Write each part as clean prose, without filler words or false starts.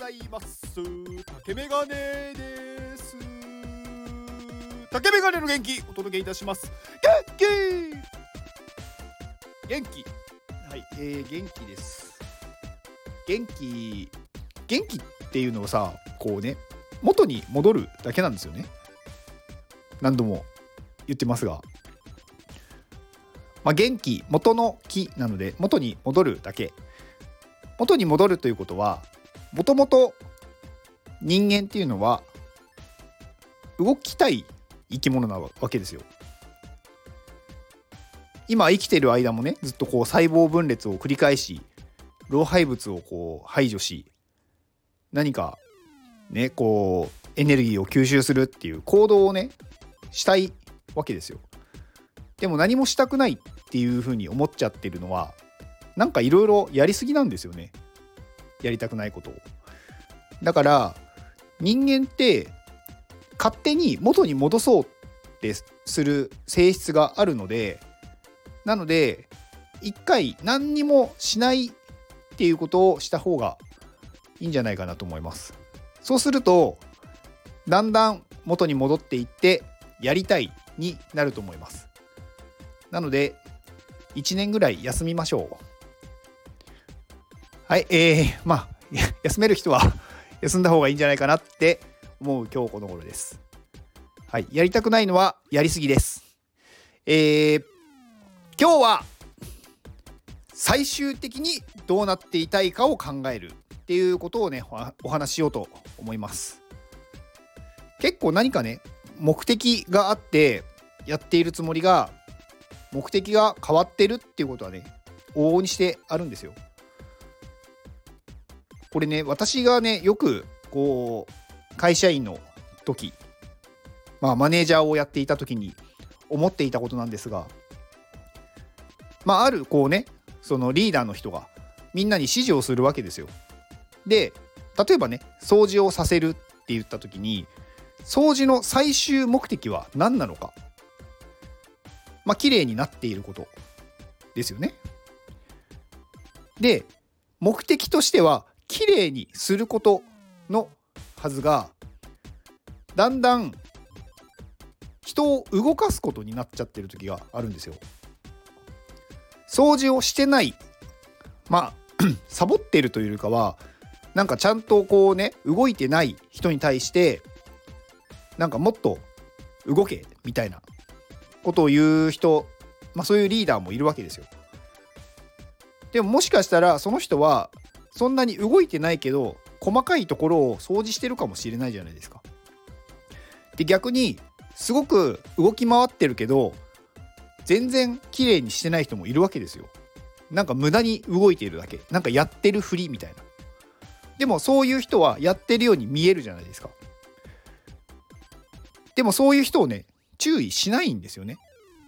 ざいます。竹メガネです。竹メガネの元気お届けいたします。元気はい、元気です。元気っていうのをさ、こうね、元に戻るだけなんですよね。何度も言ってますが、元気、元の気なので元に戻るだけ。元に戻るということは、もともと人間っていうのは動きたい生き物なわけですよ。今生きてる間もね、ずっとこう細胞分裂を繰り返し、老廃物をこう排除し、何かね、こうエネルギーを吸収するっていう行動をね、したいわけですよ。でも何もしたくないっていうふうに思っちゃってるのは、なんかいろいろやりすぎなんですよね。やりたくないことを。だから人間って勝手に元に戻そうってする性質があるので、なので一回何にもしないっていうことをした方がいいんじゃないかなと思います。そうするとだんだん元に戻っていってやりたいになると思います。なので1年ぐらい休みましょう。はい、休める人は休んだ方がいいんじゃないかなって思う今日この頃です。はい、やりたくないのはやりすぎです。今日は最終的にどうなっていたいかを考えるっていうことをね、お話ししようと思います。結構何かね、目的があってやっているつもりが、目的が変わってるっていうことはね、往々にしてあるんですよ。これね、私がね、よくこう会社員の時、マネージャーをやっていた時に思っていたことなんですが、あるこうね、そのリーダーの人がみんなに指示をするわけですよ。で、例えばね、掃除をさせるって言った時に、掃除の最終目的は何なのか。綺麗になっていることですよね。で、目的としては綺麗にすることのはずが、だんだん人を動かすことになっちゃってる時があるんですよ。掃除をしてない、サボってるというよりかは、なんかちゃんとこうね、動いてない人に対して、なんかもっと動けみたいなことを言う人、そういうリーダーもいるわけですよ。でももしかしたらその人はそんなに動いてないけど、細かいところを掃除してるかもしれないじゃないですか。で、逆にすごく動き回ってるけど全然綺麗にしてない人もいるわけですよ。なんか無駄に動いているだけ、なんかやってるふりみたいな。でもそういう人はやってるように見えるじゃないですか。でもそういう人をね、注意しないんですよね。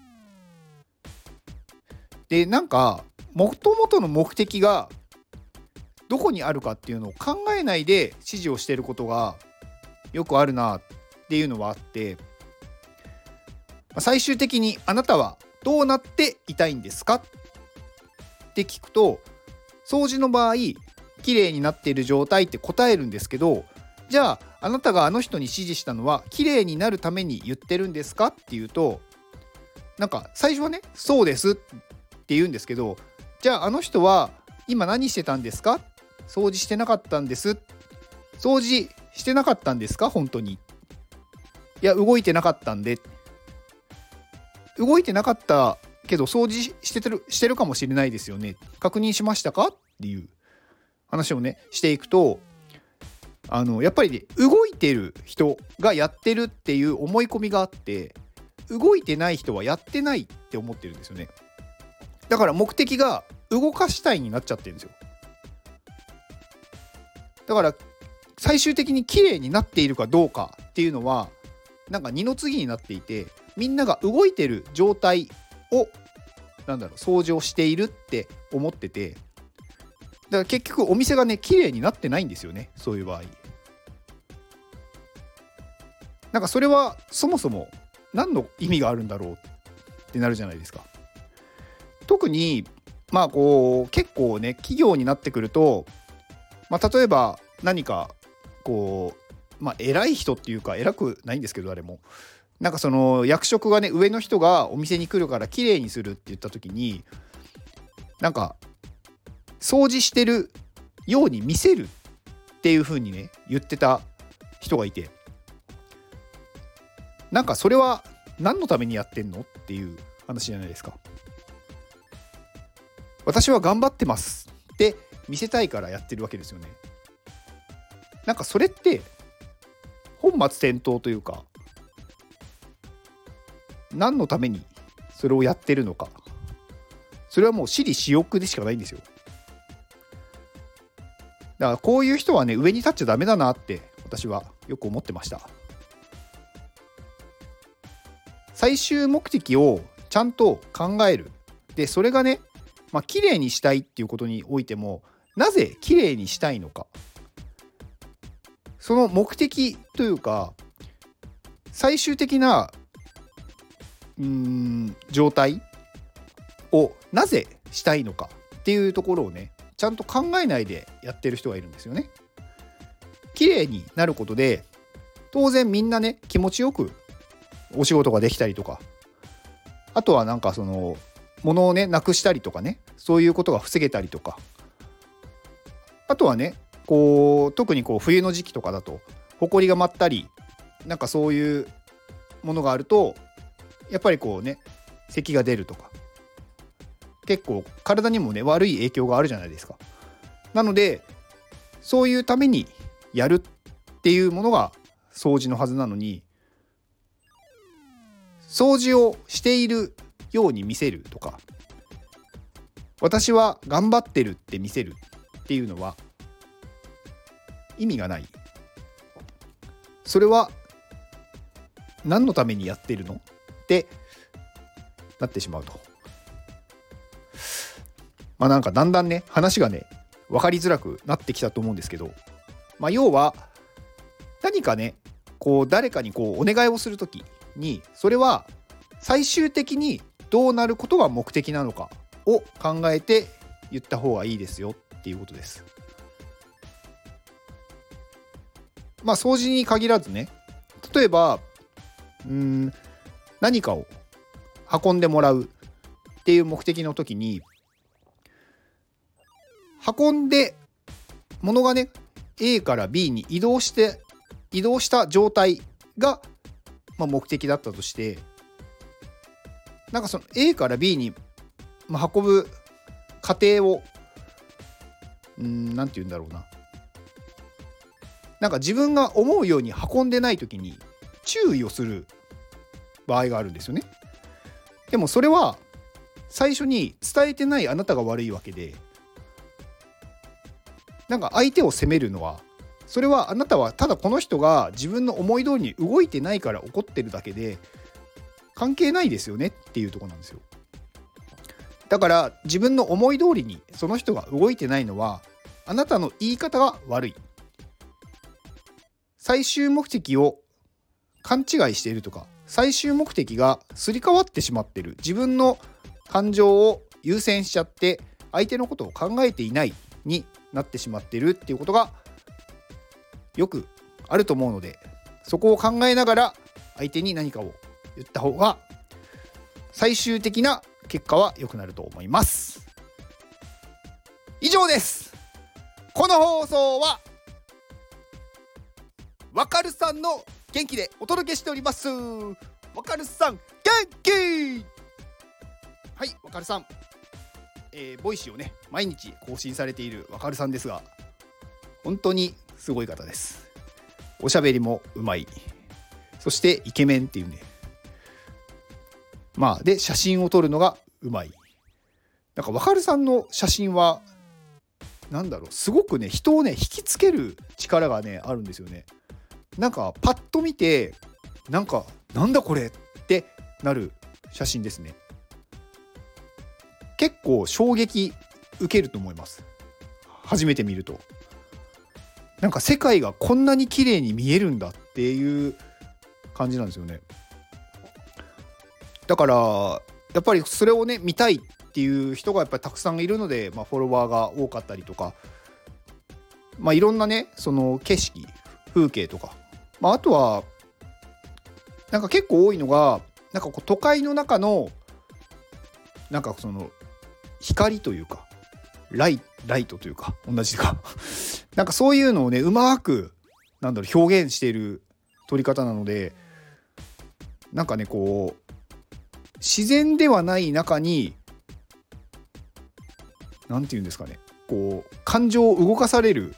で、なんか元々の目的がどこにあるかっていうのを考えないで指示をしていることがよくあるなっていうのはあって、最終的にあなたはどうなっていたいんですかって聞くと、掃除の場合綺麗になっている状態って答えるんですけど、じゃああなたがあの人に指示したのは綺麗になるために言ってるんですかっていうと、なんか最初はね、そうですって言うんですけど、じゃああの人は今何してたんですか？掃除してなかったんです。掃除してなかったんですか？本当に。いや、動いてなかったんで。動いてなかったけど掃除してるかもしれないですよね。確認しましたかっていう話をね、していくと、やっぱりね、動いてる人がやってるっていう思い込みがあって、動いてない人はやってないって思ってるんですよね。だから目的が動かしたいになっちゃってるんですよ。だから最終的に綺麗になっているかどうかっていうのは、なんか二の次になっていて、みんなが動いてる状態を掃除をしているって思ってて、だから結局お店がね、綺麗になってないんですよね。そういう場合、なんかそれはそもそも何の意味があるんだろうってなるじゃないですか。特にこう結構ね、企業になってくると、例えば何かこう偉い人っていうか偉くないんですけど、誰もなんかその役職がね上の人がお店に来るから綺麗にするって言った時に、なんか掃除してるように見せるっていう風にね言ってた人がいて、なんかそれは何のためにやってんのっていう話じゃないですか。私は頑張ってますって見せたいからやってるわけですよね。なんかそれって本末転倒というか、何のためにそれをやってるのか、それはもう私利私欲でしかないんですよ。だからこういう人はね上に立っちゃダメだなって私はよく思ってました。最終目的をちゃんと考える。でそれがね綺麗にしたいっていうことにおいても、なぜ綺麗にしたいのか、その目的というか最終的な状態をなぜしたいのかっていうところをねちゃんと考えないでやってる人がいるんですよね。綺麗になることで当然みんなね気持ちよくお仕事ができたりとか、あとはなんかその物をねなくしたりとかね、そういうことが防げたりとか、あとはねこう特にこう冬の時期とかだと埃が舞ったりなんかそういうものがあるとやっぱりこうね咳が出るとか、結構体にもね悪い影響があるじゃないですか。なのでそういうためにやるっていうものが掃除のはずなのに、掃除をしているように見せるとか、私は頑張ってるって見せるっていうのは意味がない。それは何のためにやってるのってなってしまうと、なんかだんだんね話がね分かりづらくなってきたと思うんですけど、要は何かねこう誰かにこうお願いをするときに、それは最終的にどうなることが目的なのかを考えて言った方がいいですよっていうことです。掃除に限らずね、例えば何かを運んでもらうっていう目的の時に、運んで物がね A から B に移動した状態が、目的だったとして、なんかその A から B に、運ぶ過程をなんて言うんだろうな、なんか自分が思うように運んでない時に注意をする場合があるんですよね。でもそれは最初に伝えてないあなたが悪いわけで、なんか相手を責めるのは、それはあなたはただこの人が自分の思い通りに動いてないから怒ってるだけで関係ないですよねっていうところなんですよ。だから自分の思い通りにその人が動いてないのはあなたの言い方が悪い。最終目的を勘違いしているとか、最終目的がすり替わってしまっている、自分の感情を優先しちゃって相手のことを考えていないになってしまっているっていうことがよくあると思うので、そこを考えながら相手に何かを言った方が最終的な結果は良くなると思います。以上です。この放送はわかるさんの元気でお届けしております。わかるさん元気。はい、わかるさん、ボイシーをね毎日更新されているわかるさんですが、本当にすごい方です。おしゃべりもうまい、そしてイケメンっていうね、で写真を撮るのがうまい。なんかわかるさんの写真はすごくね人をね引きつける力がねあるんですよね。なんかパッと見てなんだこれってなる写真ですね。結構衝撃受けると思います。初めて見るとなんか世界がこんなに綺麗に見えるんだっていう感じなんですよね。だからやっぱりそれをね見たいっていう人がやっぱりたくさんいるので、フォロワーが多かったりとか、 いろんなねその景色風景とか、あとはなんか結構多いのがなんかこう都会の中のなんかその光というかライトというか同じかなんかそういうのをねうまく表現している撮り方なので、なんかねこう自然ではない中になんていうんですかね、こう感情を動かされる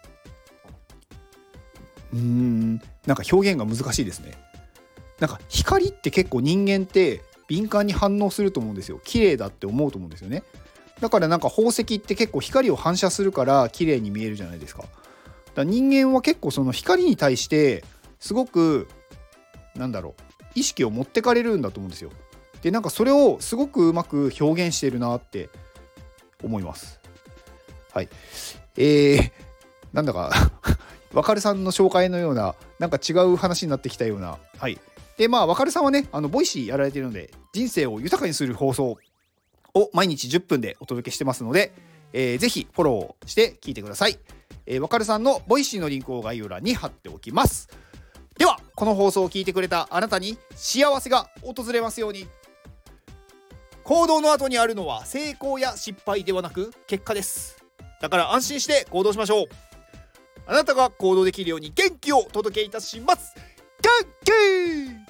なんか表現が難しいですね。なんか光って結構人間って敏感に反応すると思うんですよ。綺麗だって思うと思うんですよね。だからなんか宝石って結構光を反射するから綺麗に見えるじゃないですか。だから人間は結構その光に対してすごく意識を持ってかれるんだと思うんですよ。でなんかそれをすごくうまく表現してるなって思います。はい。なんだかわかるさんの紹介のようななんか違う話になってきたような。はい。でわかるさんはねボイシーやられているので人生を豊かにする放送を毎日10分でお届けしてますので、ぜひフォローして聞いてください。わかるさんのボイシーのリンクを概要欄に貼っておきます。ではこの放送を聞いてくれたあなたに幸せが訪れますように。行動の後にあるのは成功や失敗ではなく結果です。だから安心して行動しましょう。あなたが行動できるように元気をお届けいたします。元気